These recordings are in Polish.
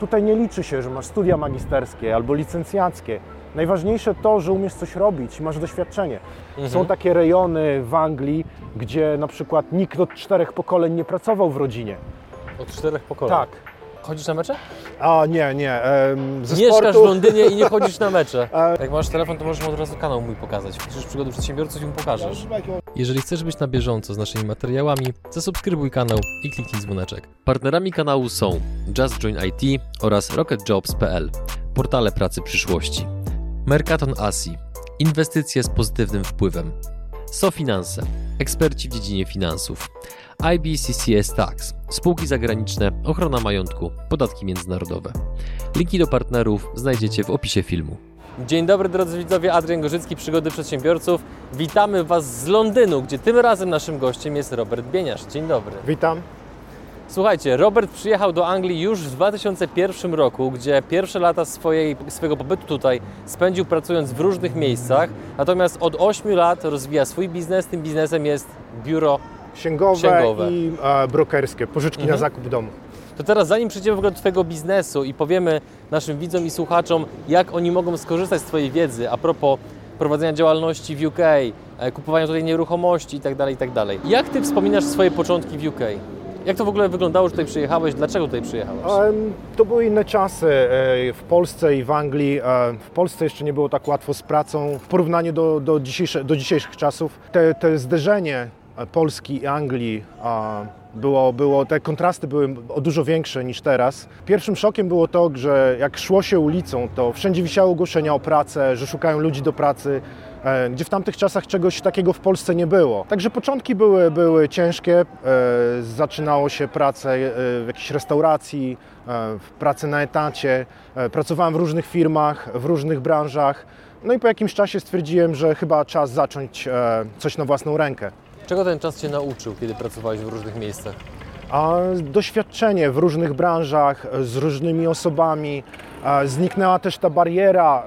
Tutaj nie liczy się, że masz studia magisterskie albo licencjackie. Najważniejsze to, że umiesz coś robić i masz doświadczenie. Są takie rejony w Anglii, gdzie na przykład nikt od 4 pokoleń nie pracował w rodzinie. Od 4 pokoleń? Tak. Chodzisz na mecze? Nie. Mieszkasz w Londynie i nie chodzisz na mecze. Jak masz telefon, to możesz mu od razu kanał mój pokazać. Wpiszesz Przygody Przedsiębiorców i mu pokażesz. Jeżeli chcesz być na bieżąco z naszymi materiałami, zasubskrybuj kanał i kliknij dzwoneczek. Partnerami kanału są Just Join IT oraz rocketjobs.pl, portale pracy przyszłości. Mercaton Asi, inwestycje z pozytywnym wpływem. SoFinanse, eksperci w dziedzinie finansów. IBCCS Tax, spółki zagraniczne, ochrona majątku, podatki międzynarodowe. Linki do partnerów znajdziecie w opisie filmu. Dzień dobry drodzy widzowie, Adrian Gorzycki, Przygody Przedsiębiorców. Witamy Was z Londynu, gdzie tym razem naszym gościem jest Robert Bieniasz. Dzień dobry. Witam. Słuchajcie, Robert przyjechał do Anglii już w 2001 roku, gdzie pierwsze lata swojego pobytu tutaj spędził pracując w różnych miejscach, natomiast od 8 lat rozwija swój biznes. Tym biznesem jest biuro księgowe i brokerskie, pożyczki na zakup domu. To teraz zanim przejdziemy w ogóle do Twojego biznesu i powiemy naszym widzom i słuchaczom, jak oni mogą skorzystać z Twojej wiedzy a propos prowadzenia działalności w UK, kupowania tutaj nieruchomości itd. Jak Ty wspominasz swoje początki w UK? Jak to w ogóle wyglądało, że tutaj przyjechałeś? Dlaczego tutaj przyjechałeś? To były inne czasy w Polsce i w Anglii. W Polsce jeszcze nie było tak łatwo z pracą w porównaniu do dzisiejszych czasów. Te zderzenie Polski i Anglii te kontrasty były o dużo większe niż teraz. Pierwszym szokiem było to, że jak szło się ulicą, to wszędzie wisiały ogłoszenia o pracę, że szukają ludzi do pracy, gdzie w tamtych czasach czegoś takiego w Polsce nie było. Także początki były ciężkie, zaczynało się pracę w jakiejś restauracji, pracę na etacie, pracowałem w różnych firmach, w różnych branżach, no i po jakimś czasie stwierdziłem, że chyba czas zacząć coś na własną rękę. Czego ten czas Cię nauczył, kiedy pracowałeś w różnych miejscach? Doświadczenie w różnych branżach, z różnymi osobami. Zniknęła też ta bariera,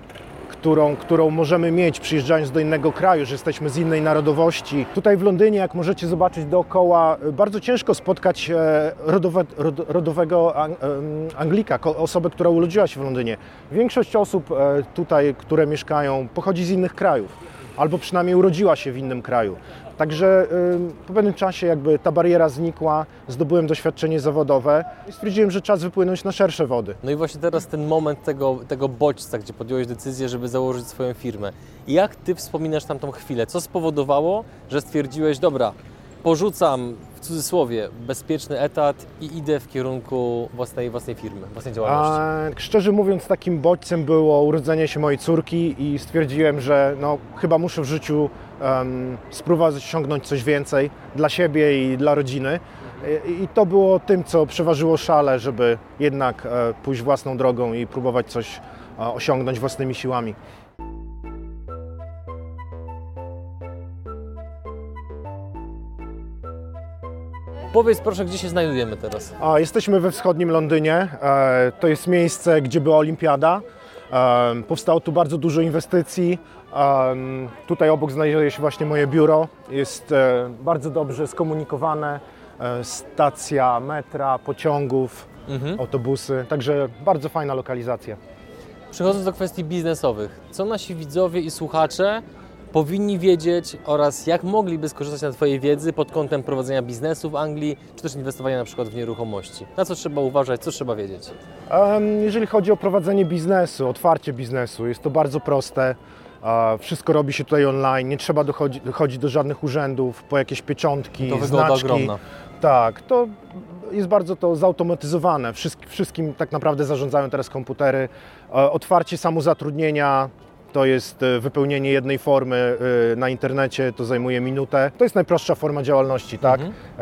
którą możemy mieć przyjeżdżając do innego kraju, że jesteśmy z innej narodowości. Tutaj w Londynie, jak możecie zobaczyć dookoła, bardzo ciężko spotkać rodowego Anglika, osobę, która urodziła się w Londynie. Większość osób tutaj, które mieszkają, pochodzi z innych krajów, albo przynajmniej urodziła się w innym kraju. Także po pewnym czasie jakby ta bariera znikła, zdobyłem doświadczenie zawodowe i stwierdziłem, że czas wypłynąć na szersze wody. No i właśnie teraz ten moment tego bodźca, gdzie podjąłeś decyzję, żeby założyć swoją firmę. Jak Ty wspominasz tamtą chwilę? Co spowodowało, że stwierdziłeś, dobra, porzucam w cudzysłowie bezpieczny etat i idę w kierunku własnej firmy, własnej działalności? Szczerze mówiąc, takim bodźcem było urodzenie się mojej córki i stwierdziłem, że chyba muszę w życiu spróbować osiągnąć coś więcej dla siebie i dla rodziny. I to było tym, co przeważyło szale, żeby jednak pójść własną drogą i próbować coś osiągnąć własnymi siłami. Powiedz proszę, gdzie się znajdujemy teraz? Jesteśmy we wschodnim Londynie. To jest miejsce, gdzie była olimpiada. Powstało tu bardzo dużo inwestycji. Tutaj obok znajduje się właśnie moje biuro. Jest bardzo dobrze skomunikowane. Stacja metra, pociągów, autobusy. Także bardzo fajna lokalizacja. Przechodząc do kwestii biznesowych, co nasi widzowie i słuchacze powinni wiedzieć oraz jak mogliby skorzystać na Twojej wiedzy pod kątem prowadzenia biznesu w Anglii, czy też inwestowania na przykład w nieruchomości? Na co trzeba uważać, co trzeba wiedzieć? Jeżeli chodzi o prowadzenie biznesu, otwarcie biznesu, jest to bardzo proste. Wszystko robi się tutaj online, nie trzeba dochodzić do żadnych urzędów, po jakieś pieczątki, to znaczki. Ogromna. Tak, to jest bardzo zautomatyzowane. Wszystkim tak naprawdę zarządzają teraz komputery. Otwarcie samozatrudnienia. To jest wypełnienie jednej formy na internecie, to zajmuje minutę. To jest najprostsza forma działalności, tak?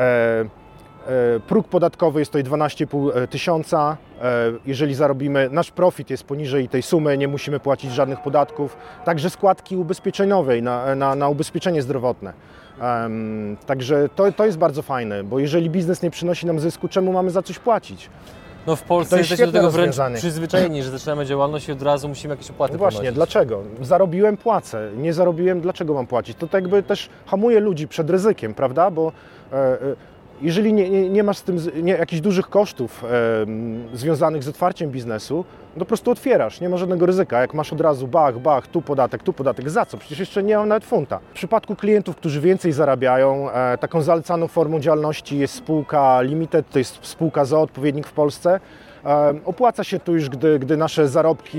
Próg podatkowy jest tutaj 12,5 tysiąca. Jeżeli zarobimy, nasz profit jest poniżej tej sumy, nie musimy płacić żadnych podatków. Także składki ubezpieczeniowej na ubezpieczenie zdrowotne. Także to jest bardzo fajne, bo jeżeli biznes nie przynosi nam zysku, czemu mamy za coś płacić? No w Polsce jesteśmy do tego wręcz przyzwyczajeni, że zaczynamy działalność i od razu musimy jakieś opłaty ponosić. Właśnie, dlaczego? Zarobiłem, płacę. Nie zarobiłem, dlaczego mam płacić? To jakby też hamuje ludzi przed ryzykiem, prawda? Bo Jeżeli nie masz z tym jakichś dużych kosztów związanych z otwarciem biznesu, no po prostu otwierasz, nie ma żadnego ryzyka. Jak masz od razu bach, tu podatek, za co? Przecież jeszcze nie mam nawet funta. W przypadku klientów, którzy więcej zarabiają, taką zalecaną formą działalności jest spółka Limited, to jest spółka z o.o., odpowiednik w Polsce. Opłaca się tu już, gdy nasze zarobki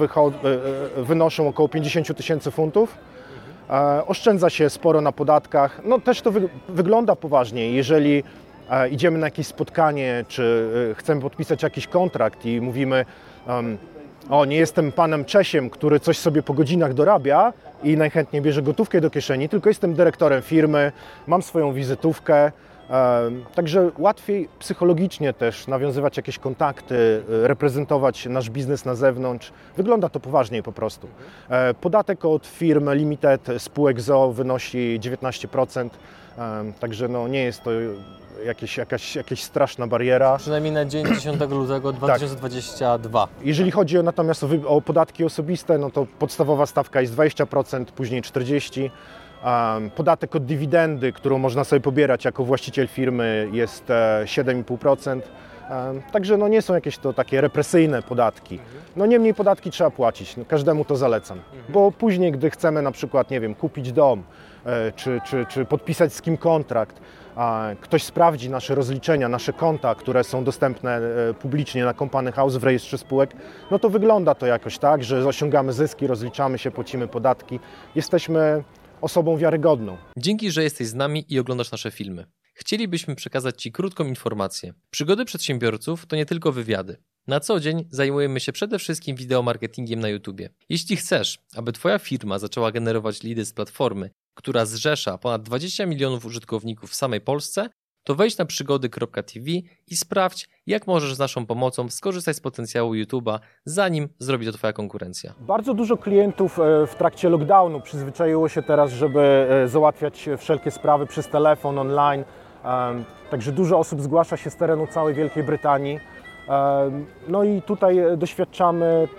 wynoszą około 50 000 funtów. Oszczędza się sporo na podatkach. No też to wygląda poważnie. Jeżeli idziemy na jakieś spotkanie, czy chcemy podpisać jakiś kontrakt i mówimy nie jestem panem Czesiem, który coś sobie po godzinach dorabia i najchętniej bierze gotówkę do kieszeni, tylko jestem dyrektorem firmy, mam swoją wizytówkę. Także łatwiej psychologicznie też nawiązywać jakieś kontakty, reprezentować nasz biznes na zewnątrz. Wygląda to poważniej po prostu. Podatek od firm Limited, spółek z o.o. wynosi 19%, także no nie jest to jakaś straszna bariera. Przynajmniej na dzień 10 lutego 2022. Tak. Jeżeli chodzi natomiast o podatki osobiste, no to podstawowa stawka jest 20%, później 40%. Podatek od dywidendy, którą można sobie pobierać jako właściciel firmy, jest 7,5%. Także no nie są jakieś to takie represyjne podatki. No niemniej podatki trzeba płacić, no każdemu to zalecam. Bo później, gdy chcemy na przykład, nie wiem, kupić dom, czy podpisać z kim kontrakt, ktoś sprawdzi nasze rozliczenia, nasze konta, które są dostępne publicznie na Company House w rejestrze spółek, no to wygląda to jakoś tak, że osiągamy zyski, rozliczamy się, płacimy podatki, jesteśmy osobą wiarygodną. Dzięki, że jesteś z nami i oglądasz nasze filmy. Chcielibyśmy przekazać Ci krótką informację. Przygody przedsiębiorców to nie tylko wywiady. Na co dzień zajmujemy się przede wszystkim wideomarketingiem na YouTubie. Jeśli chcesz, aby Twoja firma zaczęła generować lidy z platformy, która zrzesza ponad 20 milionów użytkowników w samej Polsce, to wejdź na przygody.tv i sprawdź, jak możesz z naszą pomocą skorzystać z potencjału YouTube'a, zanim zrobi to Twoja konkurencja. Bardzo dużo klientów w trakcie lockdownu przyzwyczaiło się teraz, żeby załatwiać wszelkie sprawy przez telefon, online. Także dużo osób zgłasza się z terenu całej Wielkiej Brytanii. No i tutaj doświadczamy,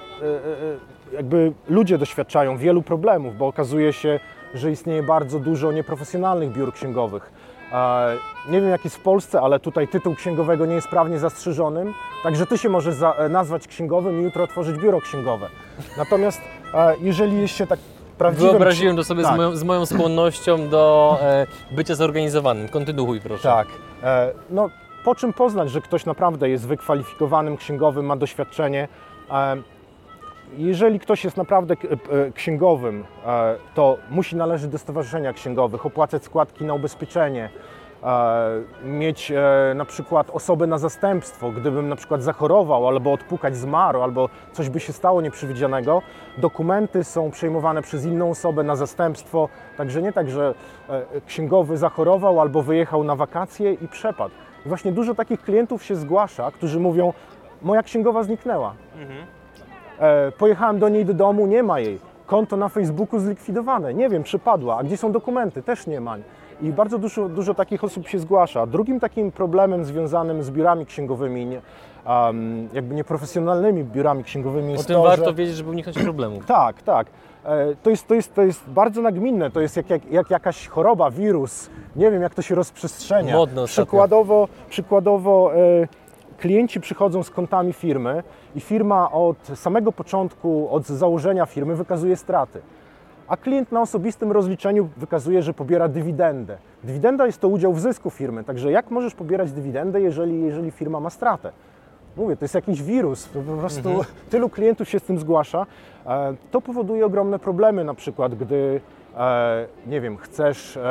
ludzie doświadczają wielu problemów, bo okazuje się, że istnieje bardzo dużo nieprofesjonalnych biur księgowych. Nie wiem jak jest w Polsce, ale tutaj tytuł księgowego nie jest prawnie zastrzeżonym, także Ty się możesz nazwać księgowym i jutro otworzyć biuro księgowe. Natomiast jeżeli jest się tak prawdziwym... Wyobraziłem to sobie tak. z moją skłonnością do bycia zorganizowanym. Kontynuuj proszę. Tak. No, po czym poznać, że ktoś naprawdę jest wykwalifikowanym księgowym, ma doświadczenie. Jeżeli ktoś jest naprawdę księgowym, to musi należeć do stowarzyszenia księgowych, opłacać składki na ubezpieczenie, mieć na przykład osobę na zastępstwo, gdybym na przykład zachorował, albo odpukać zmarł, albo coś by się stało nieprzewidzianego. Dokumenty są przejmowane przez inną osobę na zastępstwo, także nie tak, że księgowy zachorował albo wyjechał na wakacje i przepadł. I właśnie dużo takich klientów się zgłasza, którzy mówią, moja księgowa zniknęła. Pojechałem do niej do domu, nie ma jej. Konto na Facebooku zlikwidowane, nie wiem, przepadła. A gdzie są dokumenty? Też nie ma. I bardzo dużo takich osób się zgłasza. Drugim takim problemem związanym z biurami księgowymi, nieprofesjonalnymi biurami księgowymi jest to, że... O tym warto wiedzieć, żeby uniknąć problemów. Tak. To jest bardzo nagminne. To jest jak jakaś choroba, wirus. Nie wiem, jak to się rozprzestrzenia. Modno Przykładowo klienci przychodzą z kontami firmy i firma od samego początku, od założenia firmy wykazuje straty. A klient na osobistym rozliczeniu wykazuje, że pobiera dywidendę. Dywidenda jest to udział w zysku firmy, także jak możesz pobierać dywidendę, jeżeli firma ma stratę? Mówię, to jest jakiś wirus, to po prostu tylu klientów się z tym zgłasza. To powoduje ogromne problemy, na przykład gdy, nie wiem, chcesz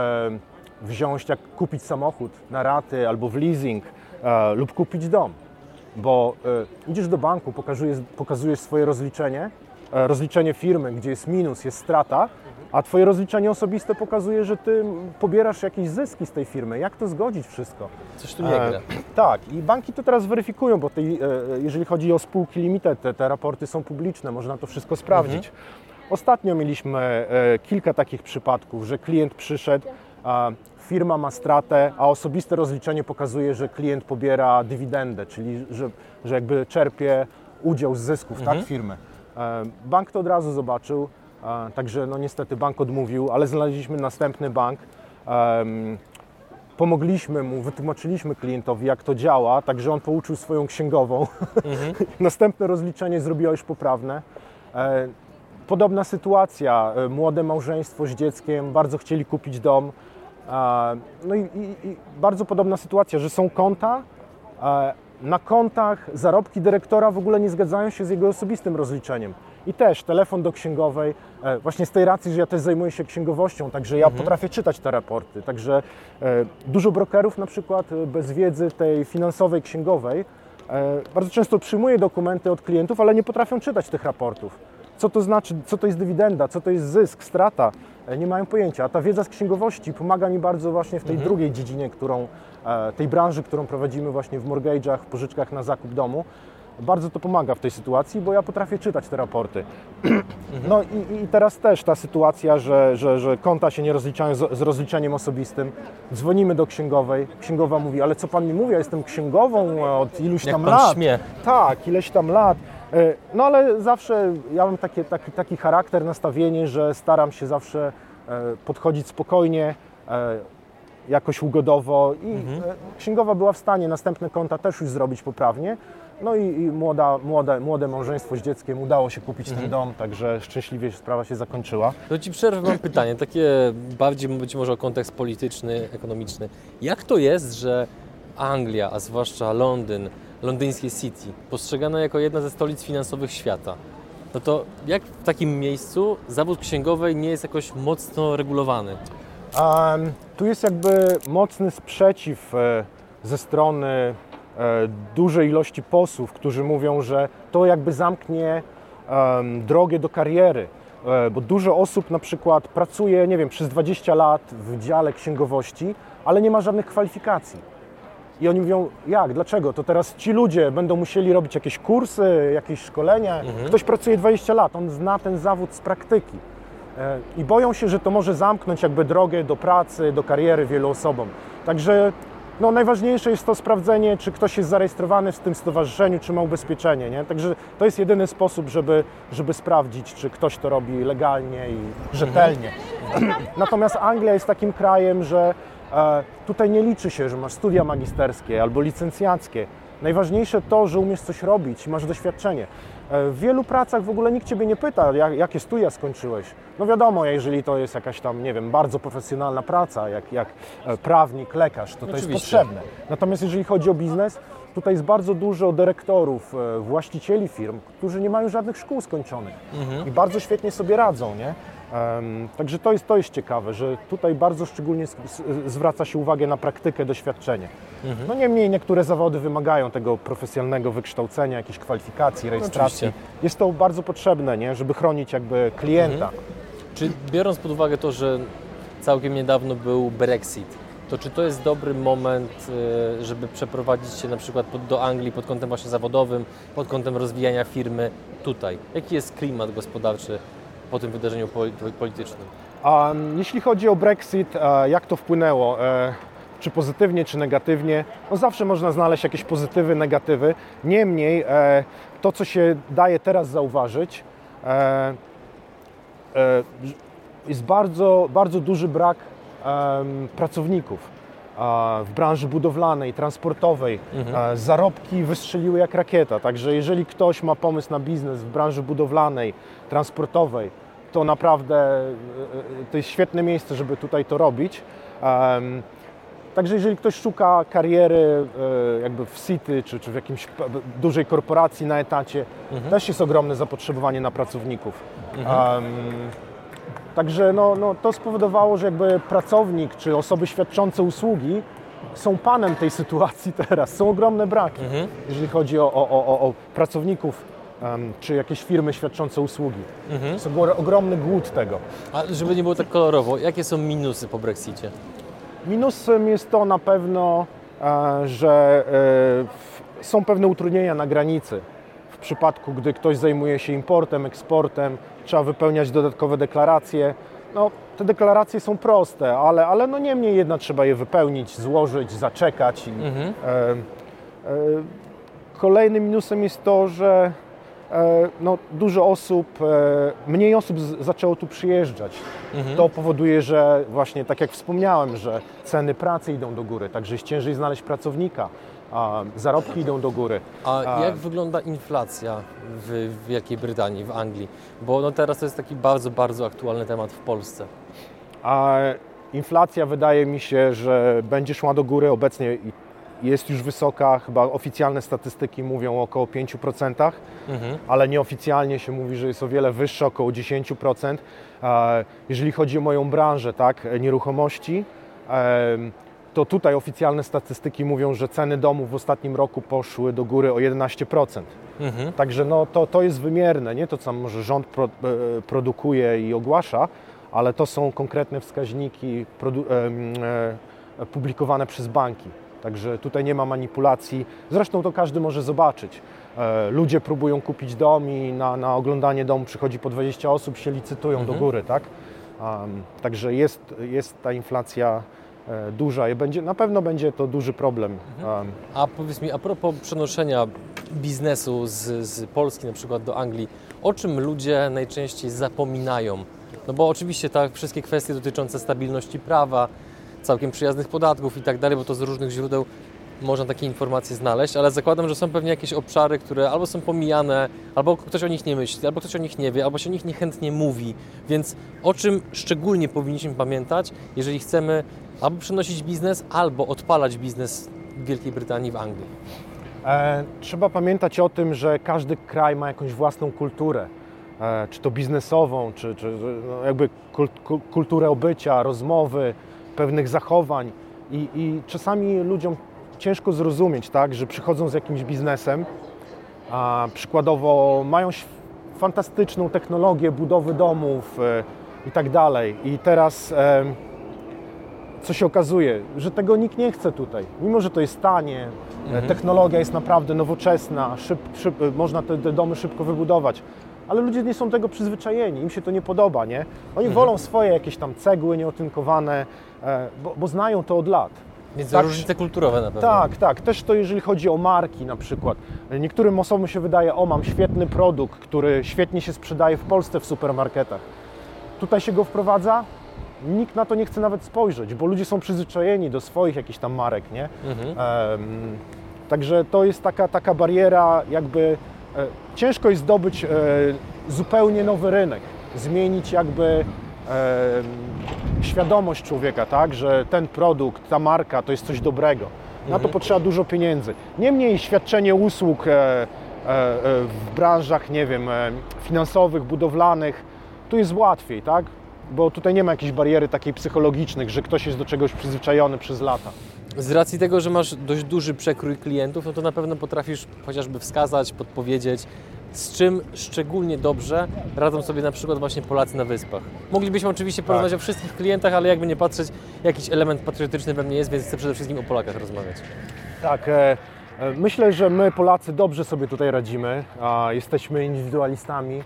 kupić samochód na raty albo w leasing lub kupić dom, bo idziesz do banku, pokazujesz swoje rozliczenie firmy, gdzie jest minus, jest strata, a Twoje rozliczenie osobiste pokazuje, że Ty pobierasz jakieś zyski z tej firmy. Jak to zgodzić wszystko? Coś tu nie gra. Tak, i banki to teraz weryfikują, bo jeżeli chodzi o spółki limited, te raporty są publiczne, można to wszystko sprawdzić. Ostatnio mieliśmy kilka takich przypadków, że klient przyszedł, firma ma stratę, a osobiste rozliczenie pokazuje, że klient pobiera dywidendę, czyli że jakby czerpie udział z zysków firmy. Bank to od razu zobaczył, także no niestety bank odmówił, ale znaleźliśmy następny bank. pomogliśmy mu, wytłumaczyliśmy klientowi, jak to działa, także on pouczył swoją księgową. Następne rozliczenie zrobiła już poprawne. Podobna sytuacja, młode małżeństwo z dzieckiem, bardzo chcieli kupić dom. No i bardzo podobna sytuacja, że są konta, na kontach zarobki dyrektora w ogóle nie zgadzają się z jego osobistym rozliczeniem. I też telefon do księgowej, właśnie z tej racji, że ja też zajmuję się księgowością, także ja potrafię czytać te raporty. Także dużo brokerów na przykład bez wiedzy tej finansowej, księgowej bardzo często przyjmuje dokumenty od klientów, ale nie potrafią czytać tych raportów. Co to znaczy, co to jest dywidenda, co to jest zysk, strata, nie mają pojęcia. A ta wiedza z księgowości pomaga mi bardzo właśnie w tej drugiej dziedzinie, tej branży, którą prowadzimy właśnie w mortgage'ach, w pożyczkach na zakup domu. Bardzo to pomaga w tej sytuacji, bo ja potrafię czytać te raporty. No i teraz też ta sytuacja, że konta się nie rozliczają z rozliczeniem osobistym. Dzwonimy do księgowej, księgowa mówi, ale co pan mi mówi, ja jestem księgową od iluś tam lat. Jak pan śmie. Tak, ileś tam lat. No ale zawsze ja mam taki charakter, nastawienie, że staram się zawsze podchodzić spokojnie, jakoś ugodowo i księgowa była w stanie następne konta też już zrobić poprawnie. No i młode małżeństwo z dzieckiem udało się kupić ten dom, także szczęśliwie sprawa się zakończyła. To Ci przerwę, mam pytanie, takie bardziej być może o kontekst polityczny, ekonomiczny. Jak to jest, że Anglia, a zwłaszcza Londyn, londyńskie City, postrzegana jako jedna ze stolic finansowych świata, no to jak w takim miejscu zawód księgowej nie jest jakoś mocno regulowany? Tu jest jakby mocny sprzeciw ze strony dużej ilości posłów, którzy mówią, że to jakby zamknie drogę do kariery, bo dużo osób na przykład pracuje, nie wiem, przez 20 lat w dziale księgowości, ale nie ma żadnych kwalifikacji. I oni mówią, jak, dlaczego? To teraz ci ludzie będą musieli robić jakieś kursy, jakieś szkolenia. Ktoś pracuje 20 lat, on zna ten zawód z praktyki. I boją się, że to może zamknąć jakby drogę do pracy, do kariery wielu osobom. Także no, najważniejsze jest to sprawdzenie, czy ktoś jest zarejestrowany w tym stowarzyszeniu, czy ma ubezpieczenie. Nie? Także to jest jedyny sposób, żeby sprawdzić, czy ktoś to robi legalnie i rzetelnie. Natomiast Anglia jest takim krajem, że tutaj nie liczy się, że masz studia magisterskie albo licencjackie. Najważniejsze to, że umiesz coś robić i masz doświadczenie. W wielu pracach w ogóle nikt Ciebie nie pyta, jakie studia skończyłeś. No wiadomo, jeżeli to jest jakaś tam, nie wiem, bardzo profesjonalna praca, jak prawnik, lekarz, to jest potrzebne. Natomiast jeżeli chodzi o biznes, tutaj jest bardzo dużo dyrektorów, właścicieli firm, którzy nie mają żadnych szkół skończonych i bardzo świetnie sobie radzą, nie? Także to jest ciekawe, że tutaj bardzo szczególnie zwraca się uwagę na praktykę, doświadczenie. No niemniej niektóre zawody wymagają tego profesjonalnego wykształcenia, jakiejś kwalifikacji, rejestracji. Jest to bardzo potrzebne, nie? Żeby chronić jakby klienta. Czy biorąc pod uwagę to, że całkiem niedawno był Brexit, to czy to jest dobry moment, żeby przeprowadzić się na przykład do Anglii pod kątem właśnie zawodowym, pod kątem rozwijania firmy tutaj? Jaki jest klimat gospodarczy po tym wydarzeniu politycznym? Jeśli chodzi o Brexit, jak to wpłynęło? Czy pozytywnie, czy negatywnie? No zawsze można znaleźć jakieś pozytywy, negatywy. Niemniej to, co się daje teraz zauważyć, jest bardzo duży brak pracowników w branży budowlanej, transportowej. Zarobki wystrzeliły jak rakieta, także jeżeli ktoś ma pomysł na biznes w branży budowlanej, transportowej, to naprawdę to jest świetne miejsce, żeby tutaj to robić. Także jeżeli ktoś szuka kariery jakby w City czy w jakiejś dużej korporacji na etacie, też jest ogromne zapotrzebowanie na pracowników. Także to spowodowało, że jakby pracownik czy osoby świadczące usługi są panem tej sytuacji teraz. Są ogromne braki, jeżeli chodzi o pracowników czy jakieś firmy świadczące usługi. Jest ogromny głód tego. A żeby nie było tak kolorowo, jakie są minusy po Brexicie? Minusem jest to na pewno, że są pewne utrudnienia na granicy. W przypadku, gdy ktoś zajmuje się importem, eksportem, trzeba wypełniać dodatkowe deklaracje. No, te deklaracje są proste, ale no niemniej jednak trzeba je wypełnić, złożyć, zaczekać. Kolejnym minusem jest to, że no, dużo osób, mniej osób zaczęło tu przyjeżdżać. To powoduje, że właśnie tak jak wspomniałem, że ceny pracy idą do góry, także jest ciężej znaleźć pracownika, zarobki idą do góry. A jak wygląda inflacja w Wielkiej Brytanii, w Anglii? Bo no teraz to jest taki bardzo, bardzo aktualny temat w Polsce. Inflacja wydaje mi się, że będzie szła do góry. Obecnie jest już wysoka, chyba oficjalne statystyki mówią o około 5%, ale nieoficjalnie się mówi, że jest o wiele wyższa, około 10%. Jeżeli chodzi o moją branżę, tak, nieruchomości, to tutaj oficjalne statystyki mówią, że ceny domów w ostatnim roku poszły do góry o 11%. Także no, to jest wymierne, nie to, co może rząd produkuje i ogłasza, ale to są konkretne wskaźniki publikowane przez banki. Także tutaj nie ma manipulacji. Zresztą to każdy może zobaczyć. Ludzie próbują kupić dom i na oglądanie domu przychodzi po 20 osób, się licytują do góry, tak? Także jest ta inflacja duża i na pewno będzie to duży problem. A powiedz mi, a propos przenoszenia biznesu z Polski na przykład do Anglii, o czym ludzie najczęściej zapominają? No bo oczywiście tak, wszystkie kwestie dotyczące stabilności prawa, całkiem przyjaznych podatków i tak dalej, bo to z różnych źródeł można takie informacje znaleźć, ale zakładam, że są pewnie jakieś obszary, które albo są pomijane, albo ktoś o nich nie myśli, albo ktoś o nich nie wie, albo się o nich niechętnie mówi. Więc o czym szczególnie powinniśmy pamiętać, jeżeli chcemy albo przenosić biznes, albo odpalać biznes w Wielkiej Brytanii, w Anglii? Trzeba pamiętać o tym, że każdy kraj ma jakąś własną kulturę, czy to biznesową, czy no jakby kulturę obycia, rozmowy, pewnych zachowań i czasami ludziom ciężko zrozumieć, tak, że przychodzą z jakimś biznesem, a przykładowo mają fantastyczną technologię budowy domów i tak dalej. I teraz co się okazuje, że tego nikt nie chce tutaj. Mimo że to jest tanie, technologia jest naprawdę nowoczesna, można te domy szybko wybudować. Ale ludzie nie są tego przyzwyczajeni, im się to nie podoba, nie? Oni wolą swoje jakieś tam cegły nieotynkowane, bo znają to od lat. Więc tak, różnice kulturowe na pewno. Tak. Też to jeżeli chodzi o marki na przykład. Niektórym osobom się wydaje, mam świetny produkt, który świetnie się sprzedaje w Polsce w supermarketach. Tutaj się go wprowadza, nikt na to nie chce nawet spojrzeć, bo ludzie są przyzwyczajeni do swoich jakichś tam marek, nie? Także to jest taka bariera, jakby ciężko jest zdobyć zupełnie nowy rynek, zmienić jakby świadomość człowieka, tak, że ten produkt, ta marka to jest coś dobrego. Na to potrzeba dużo pieniędzy. Niemniej świadczenie usług w branżach, nie wiem, finansowych, budowlanych, tu jest łatwiej, tak? Bo tutaj nie ma jakiejś bariery takiej psychologicznych, że ktoś jest do czegoś przyzwyczajony przez lata. Z racji tego, że masz dość duży przekrój klientów, no to na pewno potrafisz chociażby wskazać, podpowiedzieć, z czym szczególnie dobrze radzą sobie na przykład właśnie Polacy na Wyspach. Moglibyśmy oczywiście porozmawiać o wszystkich klientach, ale jakby nie patrzeć, jakiś element patriotyczny we mnie jest, więc chcę przede wszystkim o Polakach rozmawiać. Tak, myślę, że my Polacy dobrze sobie tutaj radzimy, jesteśmy indywidualistami,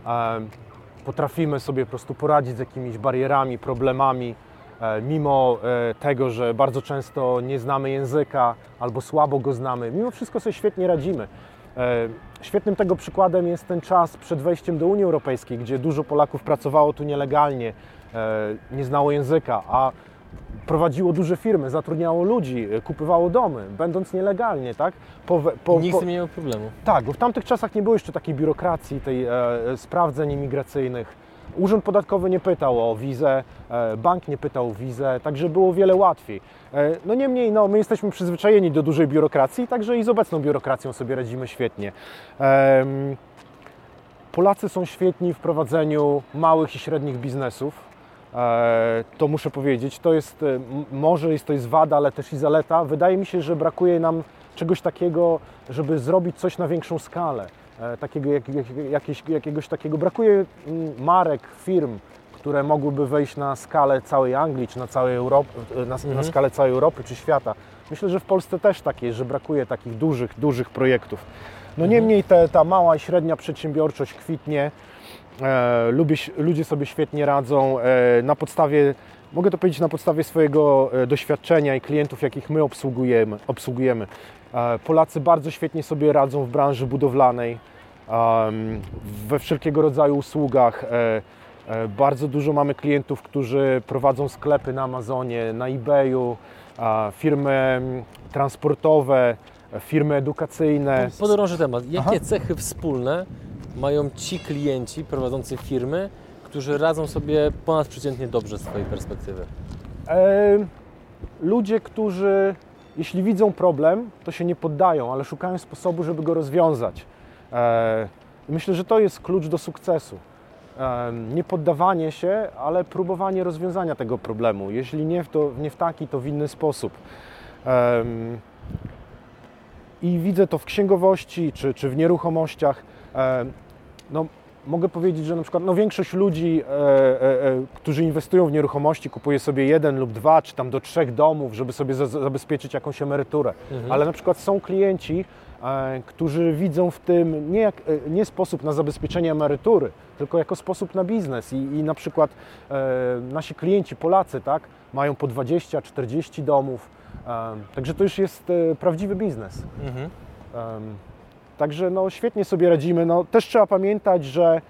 potrafimy sobie po prostu poradzić z jakimiś barierami, problemami, mimo tego, że bardzo często nie znamy języka albo słabo go znamy, mimo wszystko sobie świetnie radzimy. Świetnym tego przykładem jest ten czas przed wejściem do Unii Europejskiej, gdzie dużo Polaków pracowało tu nielegalnie, nie znało języka, a prowadziło duże firmy, zatrudniało ludzi, kupywało domy, będąc nielegalnie, tak? Nikt nie miał problemu. Tak, bo w tamtych czasach nie było jeszcze takiej biurokracji, tej sprawdzeń imigracyjnych. Urząd Podatkowy nie pytał o wizę, bank nie pytał o wizę, także było wiele łatwiej. No niemniej, my jesteśmy przyzwyczajeni do dużej biurokracji, także i z obecną biurokracją sobie radzimy świetnie. Polacy są świetni w prowadzeniu małych i średnich biznesów. To muszę powiedzieć, to jest, to jest wada, ale też i zaleta. Wydaje mi się, że brakuje nam czegoś takiego, żeby zrobić coś na większą skalę. Jakiegoś takiego, brakuje marek, firm, które mogłyby wejść na skalę całej Anglii, czy na całej Europy, na skalę całej Europy, czy świata. Myślę, że w Polsce też tak jest, że brakuje takich dużych projektów. No niemniej ta mała i średnia przedsiębiorczość kwitnie, ludzie sobie świetnie radzą, mogę to powiedzieć na podstawie swojego doświadczenia i klientów, jakich my obsługujemy. Polacy bardzo świetnie sobie radzą w branży budowlanej. we wszelkiego rodzaju usługach. Bardzo dużo mamy klientów, którzy prowadzą sklepy na Amazonie, na eBayu, firmy transportowe, firmy edukacyjne. Podrążę temat. Jakie cechy wspólne mają ci klienci prowadzący firmy, którzy radzą sobie ponadprzeciętnie dobrze z Twojej perspektywy? Ludzie, którzy jeśli widzą problem, to się nie poddają, ale szukają sposobu, żeby go rozwiązać. Myślę, że to jest klucz do sukcesu. Nie poddawanie się, ale próbowanie rozwiązania tego problemu. Jeśli nie w taki, to w inny sposób. I widzę to w księgowości czy w nieruchomościach. No, mogę powiedzieć, że na przykład większość ludzi, którzy inwestują w nieruchomości, kupuje sobie 1 lub 2, czy tam do 3 domów, żeby sobie zabezpieczyć jakąś emeryturę. Ale na przykład są klienci, którzy widzą w tym nie sposób na zabezpieczenie emerytury, tylko jako sposób na biznes. I na przykład nasi klienci, Polacy, tak, mają po 20-40 domów. Także to już jest prawdziwy biznes. Także świetnie sobie radzimy. Też trzeba pamiętać, że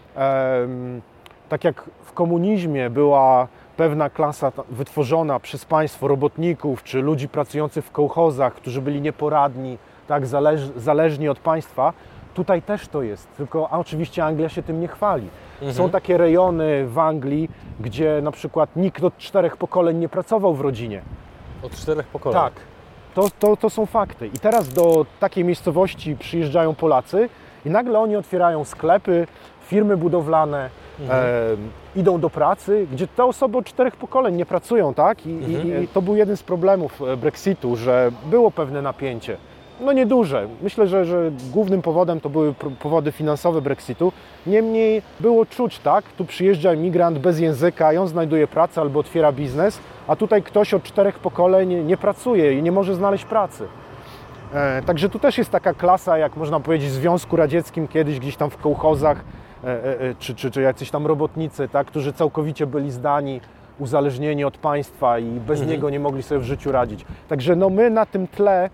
tak jak w komunizmie była pewna klasa wytworzona przez państwo robotników czy ludzi pracujących w kołchozach, którzy byli nieporadni, tak, zależni od państwa, tutaj też to jest, tylko oczywiście Anglia się tym nie chwali. Są takie rejony w Anglii, gdzie na przykład nikt od 4 pokoleń nie pracował w rodzinie. Od 4 pokoleń? Tak. To są fakty. I teraz do takiej miejscowości przyjeżdżają Polacy i nagle oni otwierają sklepy, firmy budowlane, idą do pracy, gdzie te osoby od 4 pokoleń nie pracują, tak? I to był jeden z problemów Brexitu, że było pewne napięcie. Nieduże. Myślę, że głównym powodem to były powody finansowe Brexitu. Niemniej było czuć, tak? Tu przyjeżdża imigrant bez języka i on znajduje pracę albo otwiera biznes, a tutaj ktoś od 4 pokoleń nie pracuje i nie może znaleźć pracy. Także tu też jest taka klasa, jak można powiedzieć w Związku Radzieckim kiedyś gdzieś tam w kołchozach, czy jacyś tam robotnicy, tak? Którzy całkowicie byli zdani, uzależnieni od państwa i bez niego nie mogli sobie w życiu radzić. Także my na tym tle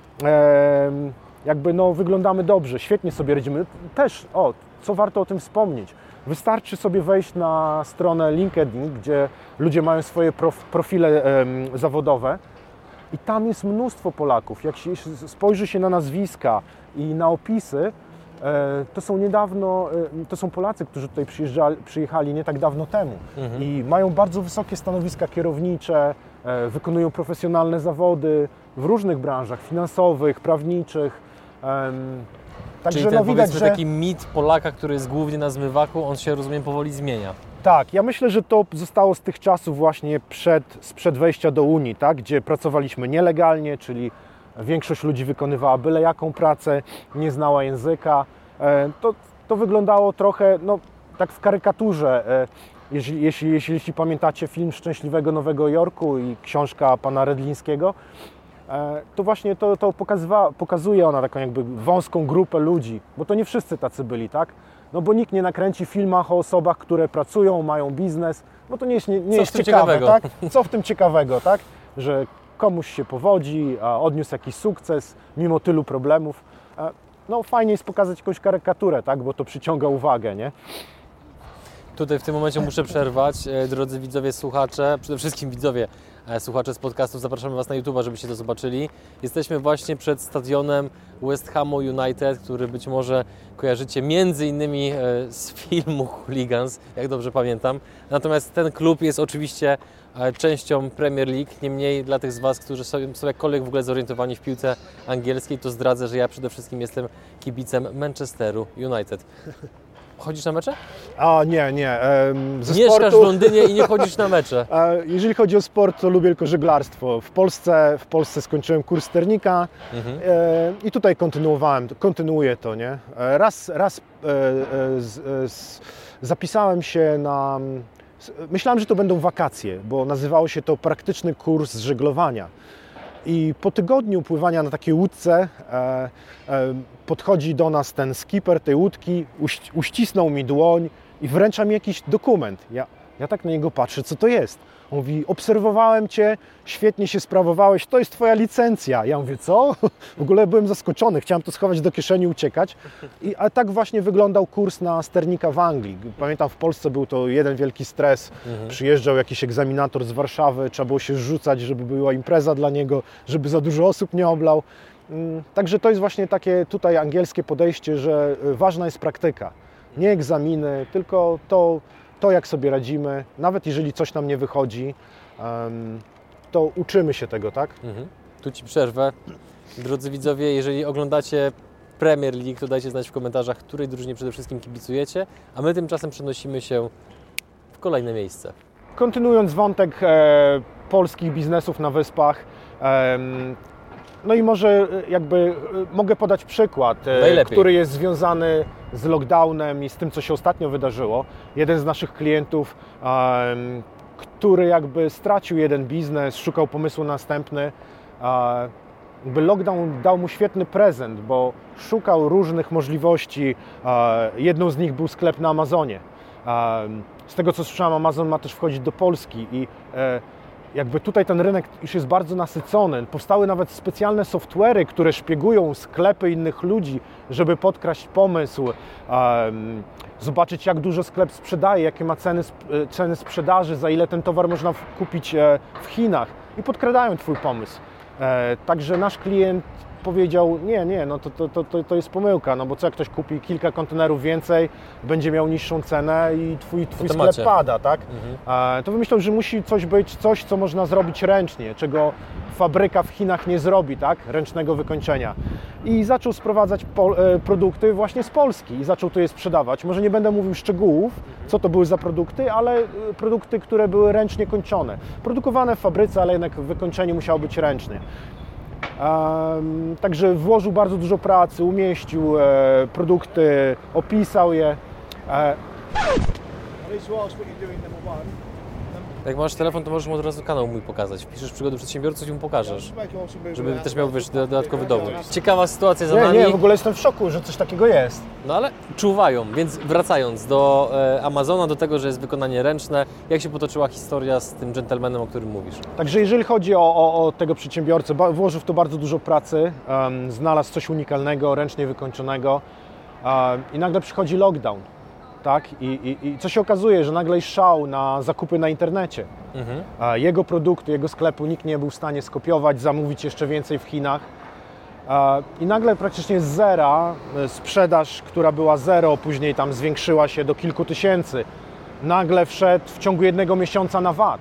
wyglądamy dobrze, świetnie sobie radzimy. Też, co warto o tym wspomnieć, wystarczy sobie wejść na stronę LinkedIn, gdzie ludzie mają swoje profile zawodowe i tam jest mnóstwo Polaków. Jak się spojrzy się na nazwiska i na opisy, to są Polacy, którzy tutaj przyjechali nie tak dawno temu i mają bardzo wysokie stanowiska kierownicze, wykonują profesjonalne zawody w różnych branżach finansowych, prawniczych. Czyli ten, widać, że taki mit Polaka, który jest głównie na zmywaku, on się, rozumiem, powoli zmienia. Tak, ja myślę, że to zostało z tych czasów właśnie sprzed wejścia do Unii, tak, gdzie pracowaliśmy nielegalnie, czyli większość ludzi wykonywała byle jaką pracę, nie znała języka. To wyglądało trochę, tak w karykaturze. Jeśli pamiętacie film Szczęśliwego Nowego Jorku i książka pana Redlińskiego, to właśnie to pokazuje ona taką jakby wąską grupę ludzi, bo to nie wszyscy tacy byli, tak? Bo nikt nie nakręci w filmach o osobach, które pracują, mają biznes, bo to nie jest ciekawe, tak? Co w tym ciekawego, tak? Że komuś się powodzi, odniósł jakiś sukces mimo tylu problemów. Fajnie jest pokazać jakąś karykaturę, tak? Bo to przyciąga uwagę, nie? Tutaj w tym momencie muszę przerwać. Drodzy widzowie, słuchacze, przede wszystkim widzowie, słuchacze z podcastów, zapraszamy Was na YouTube'a, żebyście to zobaczyli. Jesteśmy właśnie przed stadionem West Hamu United, który być może kojarzycie między innymi z filmu Hooligans, jak dobrze pamiętam. Natomiast ten klub jest oczywiście częścią Premier League. Niemniej dla tych z Was, którzy są jakkolwiek w ogóle zorientowani w piłce angielskiej, to zdradzę, że ja przede wszystkim jestem kibicem Manchesteru United. Chodzisz na mecze? Nie. Mieszkasz w Londynie i nie chodzisz na mecze? Jeżeli chodzi o sport, to lubię tylko żeglarstwo. W Polsce skończyłem kurs sternika i tutaj kontynuuję to, nie? Raz zapisałem się na... Myślałem, że to będą wakacje, bo nazywało się to praktyczny kurs żeglowania. I po tygodniu pływania na takiej łódce podchodzi do nas ten skipper tej łódki, uścisnął mi dłoń i wręcza mi jakiś dokument. Ja Ja tak na niego patrzę, co to jest? On mówi, obserwowałem Cię, świetnie się sprawowałeś, to jest Twoja licencja. Ja mówię, co? W ogóle byłem zaskoczony, chciałem to schować do kieszeni i uciekać. A tak właśnie wyglądał kurs na sternika w Anglii. Pamiętam, w Polsce był to jeden wielki stres. Przyjeżdżał jakiś egzaminator z Warszawy, trzeba było się rzucać, żeby była impreza dla niego, żeby za dużo osób nie oblał. Także to jest właśnie takie tutaj angielskie podejście, że ważna jest praktyka. Nie egzaminy, tylko to jak sobie radzimy. Nawet jeżeli coś nam nie wychodzi, to uczymy się tego, tak? Tu Ci przerwę. Drodzy widzowie, jeżeli oglądacie Premier League, to dajcie znać w komentarzach, której drużynie przede wszystkim kibicujecie, a my tymczasem przenosimy się w kolejne miejsce. Kontynuując wątek polskich biznesów na Wyspach, no i może jakby mogę podać przykład, który jest związany z lockdownem i z tym, co się ostatnio wydarzyło. Jeden z naszych klientów, który jakby stracił jeden biznes, szukał pomysłu na następny. Jakby lockdown dał mu świetny prezent, bo szukał różnych możliwości. Jedną z nich był sklep na Amazonie. Z tego, co słyszałem, Amazon ma też wchodzić do Polski i jakby tutaj ten rynek już jest bardzo nasycony. Powstały nawet specjalne software'y, które szpiegują sklepy innych ludzi, żeby podkraść pomysł, zobaczyć, jak dużo sklep sprzedaje, jakie ma ceny sprzedaży, za ile ten towar można kupić w Chinach i podkradają Twój pomysł. Także nasz klient powiedział, nie, no to jest pomyłka, no bo co jak ktoś kupi kilka kontenerów więcej, będzie miał niższą cenę i twój sklep pada, tak? To wymyślał, że musi być coś, co można zrobić ręcznie, czego fabryka w Chinach nie zrobi, tak? Ręcznego wykończenia. I zaczął sprowadzać produkty właśnie z Polski i zaczął tu je sprzedawać. Może nie będę mówił szczegółów, co to były za produkty, ale produkty, które były ręcznie kończone. Produkowane w fabryce, ale jednak wykończenie musiało być ręcznie. Także włożył bardzo dużo pracy, umieścił produkty, opisał je. Jak masz telefon, to możesz mu od razu kanał mój pokazać. Wpiszesz przygody przedsiębiorców i mu pokażesz, żeby też miał dodatkowy dowód. Ciekawa sytuacja za nami. Nie, w ogóle jestem w szoku, że coś takiego jest. No ale czuwają, więc wracając do Amazona, do tego, że jest wykonanie ręczne, jak się potoczyła historia z tym dżentelmenem, o którym mówisz? Także jeżeli chodzi o tego przedsiębiorcę, włożył w to bardzo dużo pracy, znalazł coś unikalnego, ręcznie wykończonego i nagle przychodzi lockdown. Tak? I co się okazuje, że nagle jest szał na zakupy na internecie. Jego produkty, jego sklepu nikt nie był w stanie skopiować, zamówić jeszcze więcej w Chinach. I nagle praktycznie z zera sprzedaż, która była zero, później tam zwiększyła się do kilku tysięcy. Nagle wszedł w ciągu jednego miesiąca na VAT.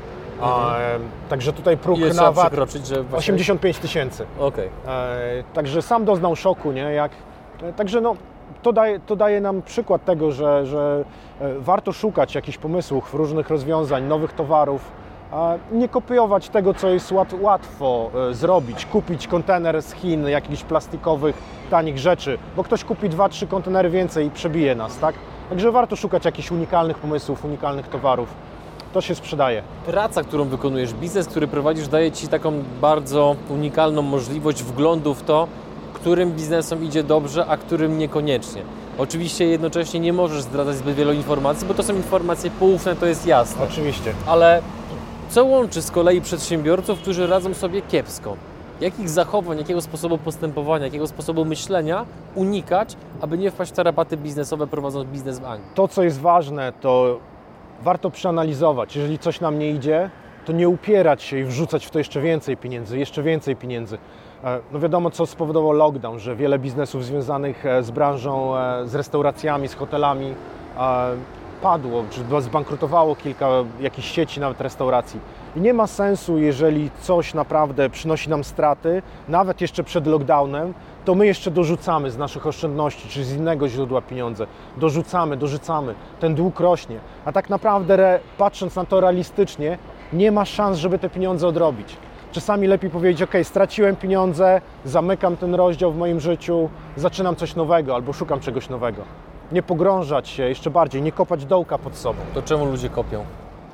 Także tutaj próg na VAT przekroczyć, że 85 tysięcy. Okay. Także sam doznał szoku, nie? Także no, to daje nam przykład tego, że warto szukać jakichś pomysłów, różnych rozwiązań, nowych towarów, nie kopiować tego, co jest łatwo zrobić, kupić kontener z Chin, jakichś plastikowych, tanich rzeczy, bo ktoś kupi 2-3 kontenery więcej i przebije nas, tak? Także warto szukać jakichś unikalnych pomysłów, unikalnych towarów. To się sprzedaje. Praca, którą wykonujesz, biznes, który prowadzisz, daje Ci taką bardzo unikalną możliwość wglądu w to, którym biznesom idzie dobrze, a którym niekoniecznie. Oczywiście jednocześnie nie możesz zdradzać zbyt wielu informacji, bo to są informacje poufne, to jest jasne. Oczywiście. Ale co łączy z kolei przedsiębiorców, którzy radzą sobie kiepsko? Jakich zachowań, jakiego sposobu postępowania, jakiego sposobu myślenia unikać, aby nie wpaść w tarapaty biznesowe, prowadząc biznes w Anglii? To, co jest ważne, to warto przeanalizować. Jeżeli coś nam nie idzie, to nie upierać się i wrzucać w to jeszcze więcej pieniędzy. No wiadomo, co spowodował lockdown, że wiele biznesów związanych z branżą, z restauracjami, z hotelami padło, czy zbankrutowało kilka jakichś sieci, nawet restauracji. I nie ma sensu, jeżeli coś naprawdę przynosi nam straty, nawet jeszcze przed lockdownem, to my jeszcze dorzucamy z naszych oszczędności, czy z innego źródła pieniądze. Dorzucamy, ten dług rośnie. A tak naprawdę, patrząc na to realistycznie, nie ma szans, żeby te pieniądze odrobić. Czasami lepiej powiedzieć, ok, straciłem pieniądze, zamykam ten rozdział w moim życiu, zaczynam coś nowego albo szukam czegoś nowego. Nie pogrążać się jeszcze bardziej, nie kopać dołka pod sobą. To czemu ludzie kopią?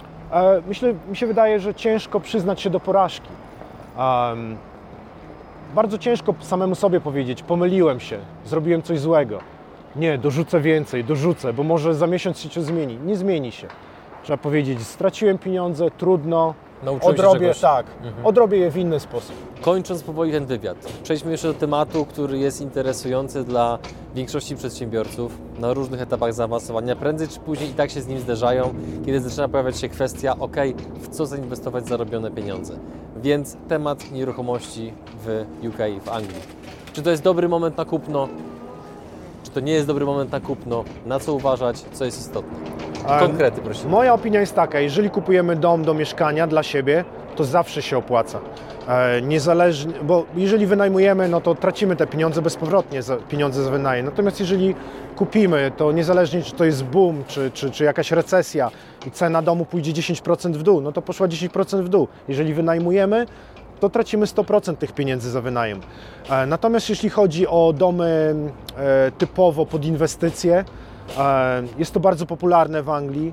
Mi się wydaje, że ciężko przyznać się do porażki. Bardzo ciężko samemu sobie powiedzieć, pomyliłem się, zrobiłem coś złego. Nie, dorzucę więcej, bo może za miesiąc się coś zmieni. Nie zmieni się. trzeba powiedzieć, straciłem pieniądze, trudno, Nauczyłem się odrobię, czegoś. tak, odrobię je w inny sposób. Kończąc powoli ten wywiad, przejdźmy jeszcze do tematu, który jest interesujący dla większości przedsiębiorców na różnych etapach zaawansowania. Prędzej czy później i tak się z nim zderzają, kiedy zaczyna pojawiać się kwestia, w co zainwestować zarobione pieniądze. Więc temat nieruchomości w UK, w Anglii. Czy to jest dobry moment na kupno? Czy to nie jest dobry moment na kupno? Na co uważać? Co jest istotne? Konkrety, prosimy. Moja opinia jest taka, jeżeli kupujemy dom do mieszkania dla siebie, to zawsze się opłaca. Niezależnie, bo jeżeli wynajmujemy, no to tracimy te pieniądze bezpowrotnie, pieniądze za wynajem. Natomiast jeżeli kupimy, to niezależnie czy to jest boom, czy jakaś recesja i cena domu pójdzie 10% w dół, no to poszła 10% w dół. Jeżeli wynajmujemy, to tracimy 100% tych pieniędzy za wynajem. Natomiast jeśli chodzi o domy typowo pod inwestycje, jest to bardzo popularne w Anglii.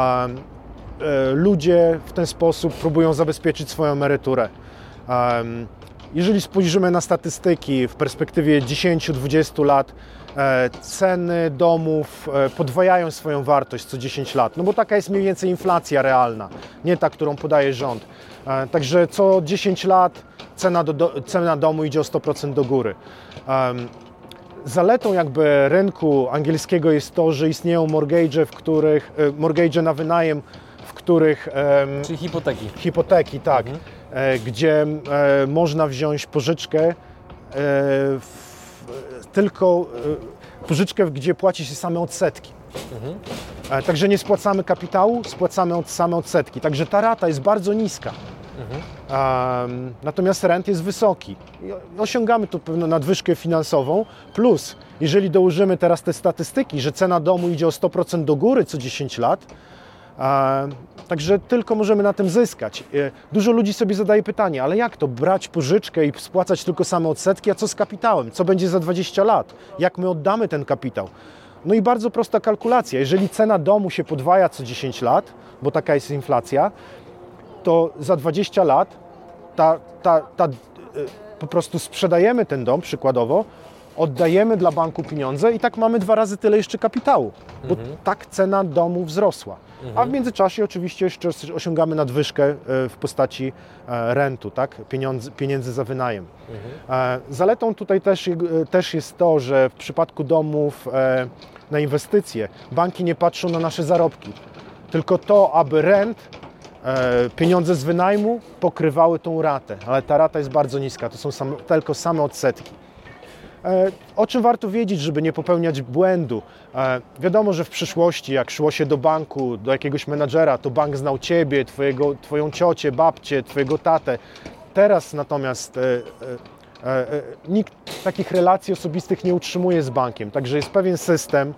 Ludzie w ten sposób próbują zabezpieczyć swoją emeryturę. Jeżeli spojrzymy na statystyki w perspektywie 10-20 lat, ceny domów podwajają swoją wartość co 10 lat, no bo taka jest mniej więcej inflacja realna, nie ta, którą podaje rząd. Także co 10 lat cena domu idzie o 100% do góry. Zaletą jakby rynku angielskiego jest to, że istnieją mortgage na wynajem, w których... Czyli hipoteki. Hipoteki, tak. Gdzie można wziąć pożyczkę, tylko pożyczkę, gdzie płaci się same odsetki. Także nie spłacamy kapitału, spłacamy same odsetki. Także ta rata jest bardzo niska. Natomiast rent jest wysoki. I osiągamy tu pewną nadwyżkę finansową, plus jeżeli dołożymy teraz te statystyki, że cena domu idzie o 100% do góry co 10 lat, także tylko możemy na tym zyskać. Dużo ludzi sobie zadaje pytanie, ale jak to brać pożyczkę i spłacać tylko same odsetki, a co z kapitałem? Co będzie za 20 lat? Jak my oddamy ten kapitał? No i bardzo prosta kalkulacja. Jeżeli cena domu się podwaja co 10 lat, bo taka jest inflacja, to za 20 lat po prostu sprzedajemy ten dom przykładowo, oddajemy dla banku pieniądze i tak mamy 2 razy tyle jeszcze kapitału, bo tak cena domu wzrosła. A w międzyczasie oczywiście jeszcze osiągamy nadwyżkę w postaci rentu, tak? Pieniędzy za wynajem. Zaletą tutaj też jest to, że w przypadku domów na inwestycje banki nie patrzą na nasze zarobki, tylko to, aby rent, pieniądze z wynajmu pokrywały tą ratę, ale ta rata jest bardzo niska, to są tylko same odsetki. O czym warto wiedzieć, żeby nie popełniać błędu? Wiadomo, że w przyszłości, jak szło się do banku, do jakiegoś menadżera, to bank znał Ciebie, Twoją ciocię, babcię, Twojego tatę. Teraz natomiast nikt takich relacji osobistych nie utrzymuje z bankiem, także jest pewien system,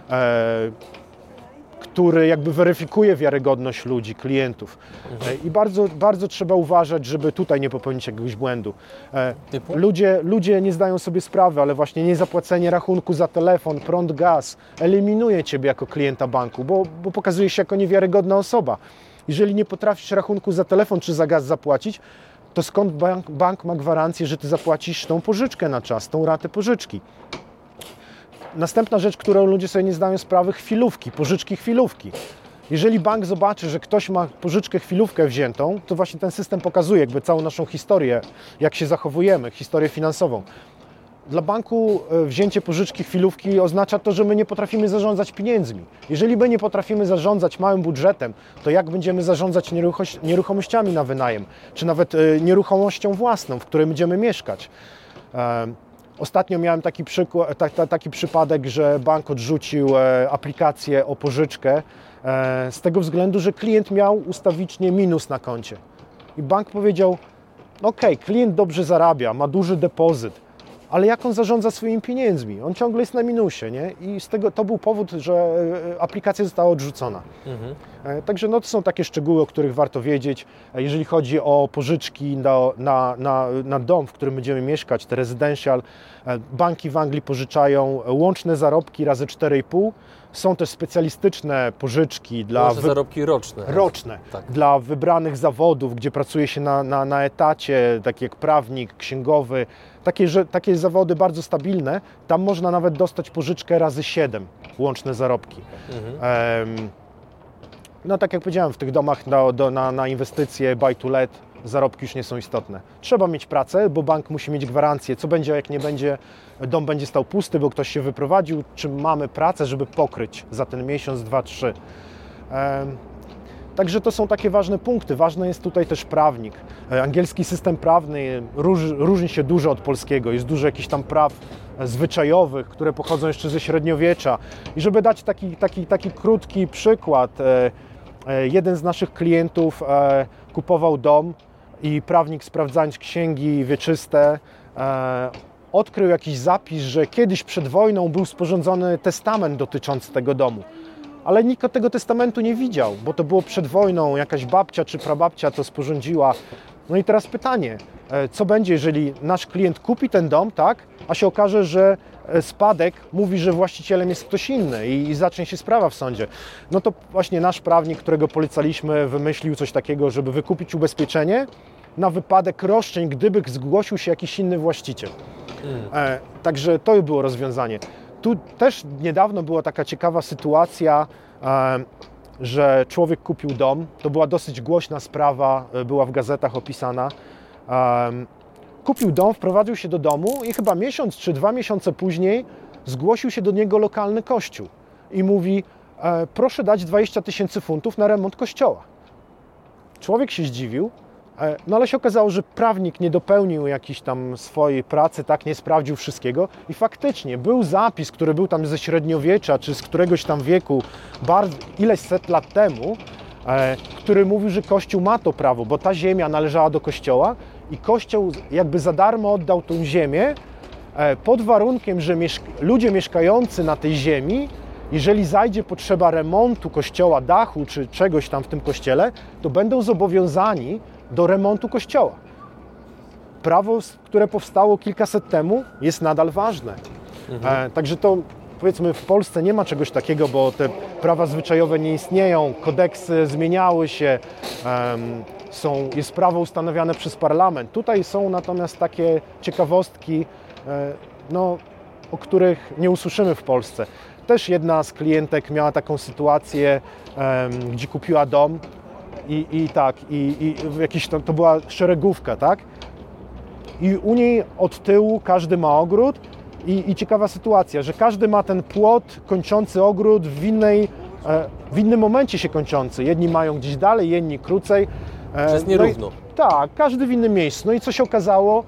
który jakby weryfikuje wiarygodność ludzi, klientów. I bardzo, bardzo trzeba uważać, żeby tutaj nie popełnić jakiegoś błędu. Ludzie nie zdają sobie sprawy, ale właśnie niezapłacenie rachunku za telefon, prąd, gaz eliminuje Ciebie jako klienta banku, bo pokazuje się jako niewiarygodna osoba. Jeżeli nie potrafisz rachunku za telefon czy za gaz zapłacić, to skąd bank ma gwarancję, że Ty zapłacisz tą pożyczkę na czas, tą ratę pożyczki? Następna rzecz, którą ludzie sobie nie zdają sprawy, chwilówki, pożyczki chwilówki. Jeżeli bank zobaczy, że ktoś ma pożyczkę chwilówkę wziętą, to właśnie ten system pokazuje jakby całą naszą historię, jak się zachowujemy, historię finansową. Dla banku wzięcie pożyczki chwilówki oznacza to, że my nie potrafimy zarządzać pieniędzmi. Jeżeli my nie potrafimy zarządzać małym budżetem, to jak będziemy zarządzać nieruchomościami na wynajem, czy nawet nieruchomością własną, w której będziemy mieszkać? Ostatnio miałem taki przypadek, że bank odrzucił aplikację o pożyczkę z tego względu, że klient miał ustawicznie minus na koncie. I bank powiedział, klient dobrze zarabia, ma duży depozyt, ale jak on zarządza swoimi pieniędzmi? On ciągle jest na minusie, nie? I to był powód, że aplikacja została odrzucona. Także to są takie szczegóły, o których warto wiedzieć. Jeżeli chodzi o pożyczki na dom, w którym będziemy mieszkać, te residential, banki w Anglii pożyczają łączne zarobki razy 4,5. Są też specjalistyczne pożyczki dla... zarobki roczne. Roczne. Tak. Dla wybranych zawodów, gdzie pracuje się na etacie, tak jak prawnik, księgowy. Takie zawody bardzo stabilne. Tam można nawet dostać pożyczkę razy 7, łączne zarobki. No tak jak powiedziałem, w tych domach na inwestycje buy to let zarobki już nie są istotne. Trzeba mieć pracę, bo bank musi mieć gwarancję, co będzie, jak nie będzie, dom będzie stał pusty, bo ktoś się wyprowadził, czy mamy pracę, żeby pokryć za ten miesiąc, 2, 3. Także to są takie ważne punkty. Ważny jest tutaj też prawnik. Angielski system prawny różni się dużo od polskiego. Jest dużo jakichś tam praw zwyczajowych, które pochodzą jeszcze ze średniowiecza. I żeby dać taki krótki przykład, jeden z naszych klientów kupował dom i prawnik, sprawdzając księgi wieczyste, odkrył jakiś zapis, że kiedyś przed wojną był sporządzony testament dotyczący tego domu. Ale nikt tego testamentu nie widział, bo to było przed wojną, jakaś babcia czy prababcia to sporządziła. No i teraz pytanie, co będzie, jeżeli nasz klient kupi ten dom, tak, a się okaże, że spadek mówi, że właścicielem jest ktoś inny i zacznie się sprawa w sądzie. No to właśnie nasz prawnik, którego polecaliśmy, wymyślił coś takiego, żeby wykupić ubezpieczenie na wypadek roszczeń, gdyby zgłosił się jakiś inny właściciel. Także to było rozwiązanie. Tu też niedawno była taka ciekawa sytuacja, że człowiek kupił dom. To była dosyć głośna sprawa, była w gazetach opisana. Kupił dom, wprowadził się do domu i chyba miesiąc czy 2 miesiące później zgłosił się do niego lokalny kościół i mówi: proszę dać 20 000 funtów na remont kościoła. Człowiek się zdziwił, no ale się okazało, że prawnik nie dopełnił jakiejś tam swojej pracy, tak, nie sprawdził wszystkiego i faktycznie był zapis, który był tam ze średniowiecza czy z któregoś tam wieku, ileś set lat temu, który mówił, że Kościół ma to prawo, bo ta ziemia należała do Kościoła i Kościół jakby za darmo oddał tą ziemię pod warunkiem, że ludzie mieszkający na tej ziemi, jeżeli zajdzie potrzeba remontu kościoła, dachu czy czegoś tam w tym kościele, to będą zobowiązani do remontu kościoła. Prawo, które powstało kilkaset temu, jest nadal ważne. Także to, powiedzmy, w Polsce nie ma czegoś takiego, bo te prawa zwyczajowe nie istnieją, kodeksy zmieniały się, jest prawo ustanawiane przez parlament. Tutaj są natomiast takie ciekawostki, o których nie usłyszymy w Polsce. Też jedna z klientek miała taką sytuację, gdzie kupiła dom i jakiś to była szeregówka, tak? I u niej od tyłu każdy ma ogród i ciekawa sytuacja, że każdy ma ten płot kończący ogród w innym momencie się kończący. Jedni mają gdzieś dalej, inni krócej. Że jest nierówno. Tak, każdy w innym miejscu. No i co się okazało?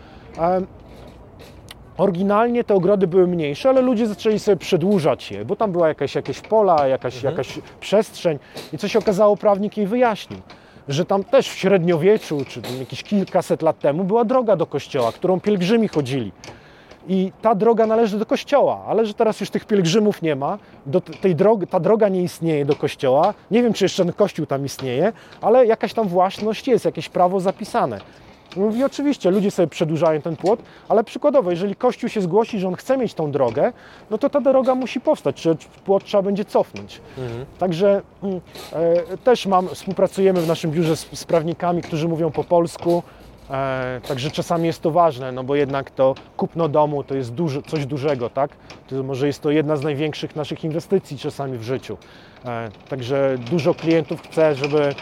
Oryginalnie te ogrody były mniejsze, ale ludzie zaczęli sobie przedłużać je, bo tam była jakieś pola, jakaś przestrzeń. I co się okazało, prawnik jej wyjaśnił, że tam też w średniowieczu, czy jakieś kilkaset lat temu była droga do kościoła, którą pielgrzymi chodzili. I ta droga należy do kościoła, ale że teraz już tych pielgrzymów nie ma, ta droga nie istnieje do kościoła. Nie wiem, czy jeszcze ten kościół tam istnieje, ale jakaś tam własność jest, jakieś prawo zapisane. Mówi, oczywiście, ludzie sobie przedłużają ten płot, ale przykładowo, jeżeli Kościół się zgłosi, że on chce mieć tą drogę, no to ta droga musi powstać, czy płot trzeba będzie cofnąć. Także też współpracujemy w naszym biurze z prawnikami, którzy mówią po polsku, także czasami jest to ważne, no bo jednak to kupno domu to jest coś dużego, tak? To może jest to jedna z największych naszych inwestycji czasami w życiu. Także dużo klientów chce,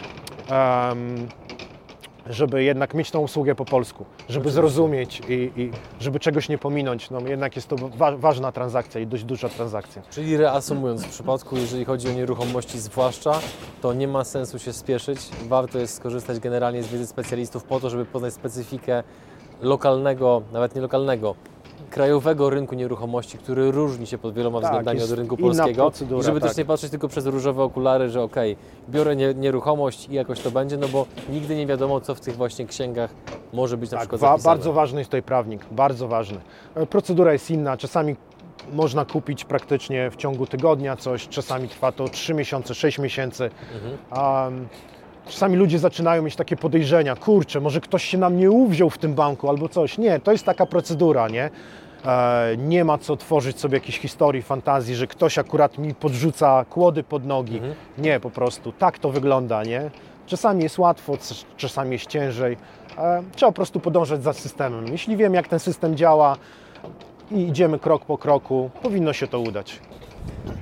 żeby jednak mieć tą usługę po polsku, żeby zrozumieć i żeby czegoś nie pominąć. No jednak jest to ważna transakcja i dość duża transakcja. Czyli reasumując, w przypadku, jeżeli chodzi o nieruchomości zwłaszcza, to nie ma sensu się spieszyć. Warto jest skorzystać generalnie z wiedzy specjalistów po to, żeby poznać specyfikę lokalnego, nawet nie lokalnego, krajowego rynku nieruchomości, który różni się pod wieloma względami od rynku polskiego. I żeby też nie patrzeć tylko przez różowe okulary, że biorę nieruchomość i jakoś to będzie, no bo nigdy nie wiadomo, co w tych właśnie księgach może być na przykład zapisane. Bardzo ważny jest tutaj prawnik, bardzo ważny. Procedura jest inna, czasami można kupić praktycznie w ciągu tygodnia coś, czasami trwa to 3 miesiące, 6 miesięcy. Czasami ludzie zaczynają mieć takie podejrzenia, kurczę, może ktoś się na mnie uwziął w tym banku albo coś. Nie, to jest taka procedura, nie? Nie ma co tworzyć sobie jakiejś historii, fantazji, że ktoś akurat mi podrzuca kłody pod nogi. Nie, po prostu tak to wygląda, nie? Czasami jest łatwo, czasami jest ciężej. Trzeba po prostu podążać za systemem. Jeśli wiem, jak ten system działa i idziemy krok po kroku, powinno się to udać.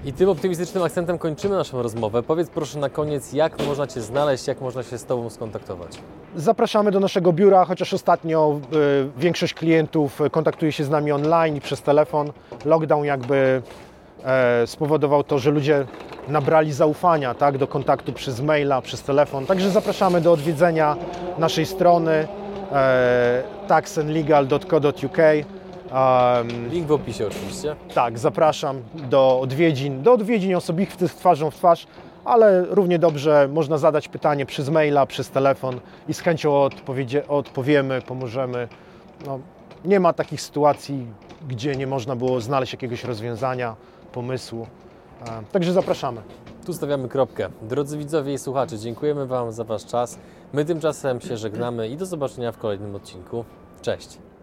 I tym optymistycznym akcentem kończymy naszą rozmowę. Powiedz proszę na koniec, jak można Cię znaleźć, jak można się z Tobą skontaktować. Zapraszamy do naszego biura, chociaż ostatnio większość klientów kontaktuje się z nami online i przez telefon. Lockdown jakby spowodował to, że ludzie nabrali zaufania, tak, do kontaktu przez maila, przez telefon. Także zapraszamy do odwiedzenia naszej strony taxandlegal.co.uk. Link w opisie oczywiście. Tak, zapraszam do odwiedzin osobistych twarzą w twarz, ale równie dobrze można zadać pytanie przez maila, przez telefon i z chęcią odpowiemy, pomożemy. No, nie ma takich sytuacji, gdzie nie można było znaleźć jakiegoś rozwiązania, pomysłu. Także zapraszamy. Tu stawiamy kropkę. Drodzy widzowie i słuchacze, dziękujemy Wam za Wasz czas. My tymczasem się żegnamy i do zobaczenia w kolejnym odcinku. Cześć!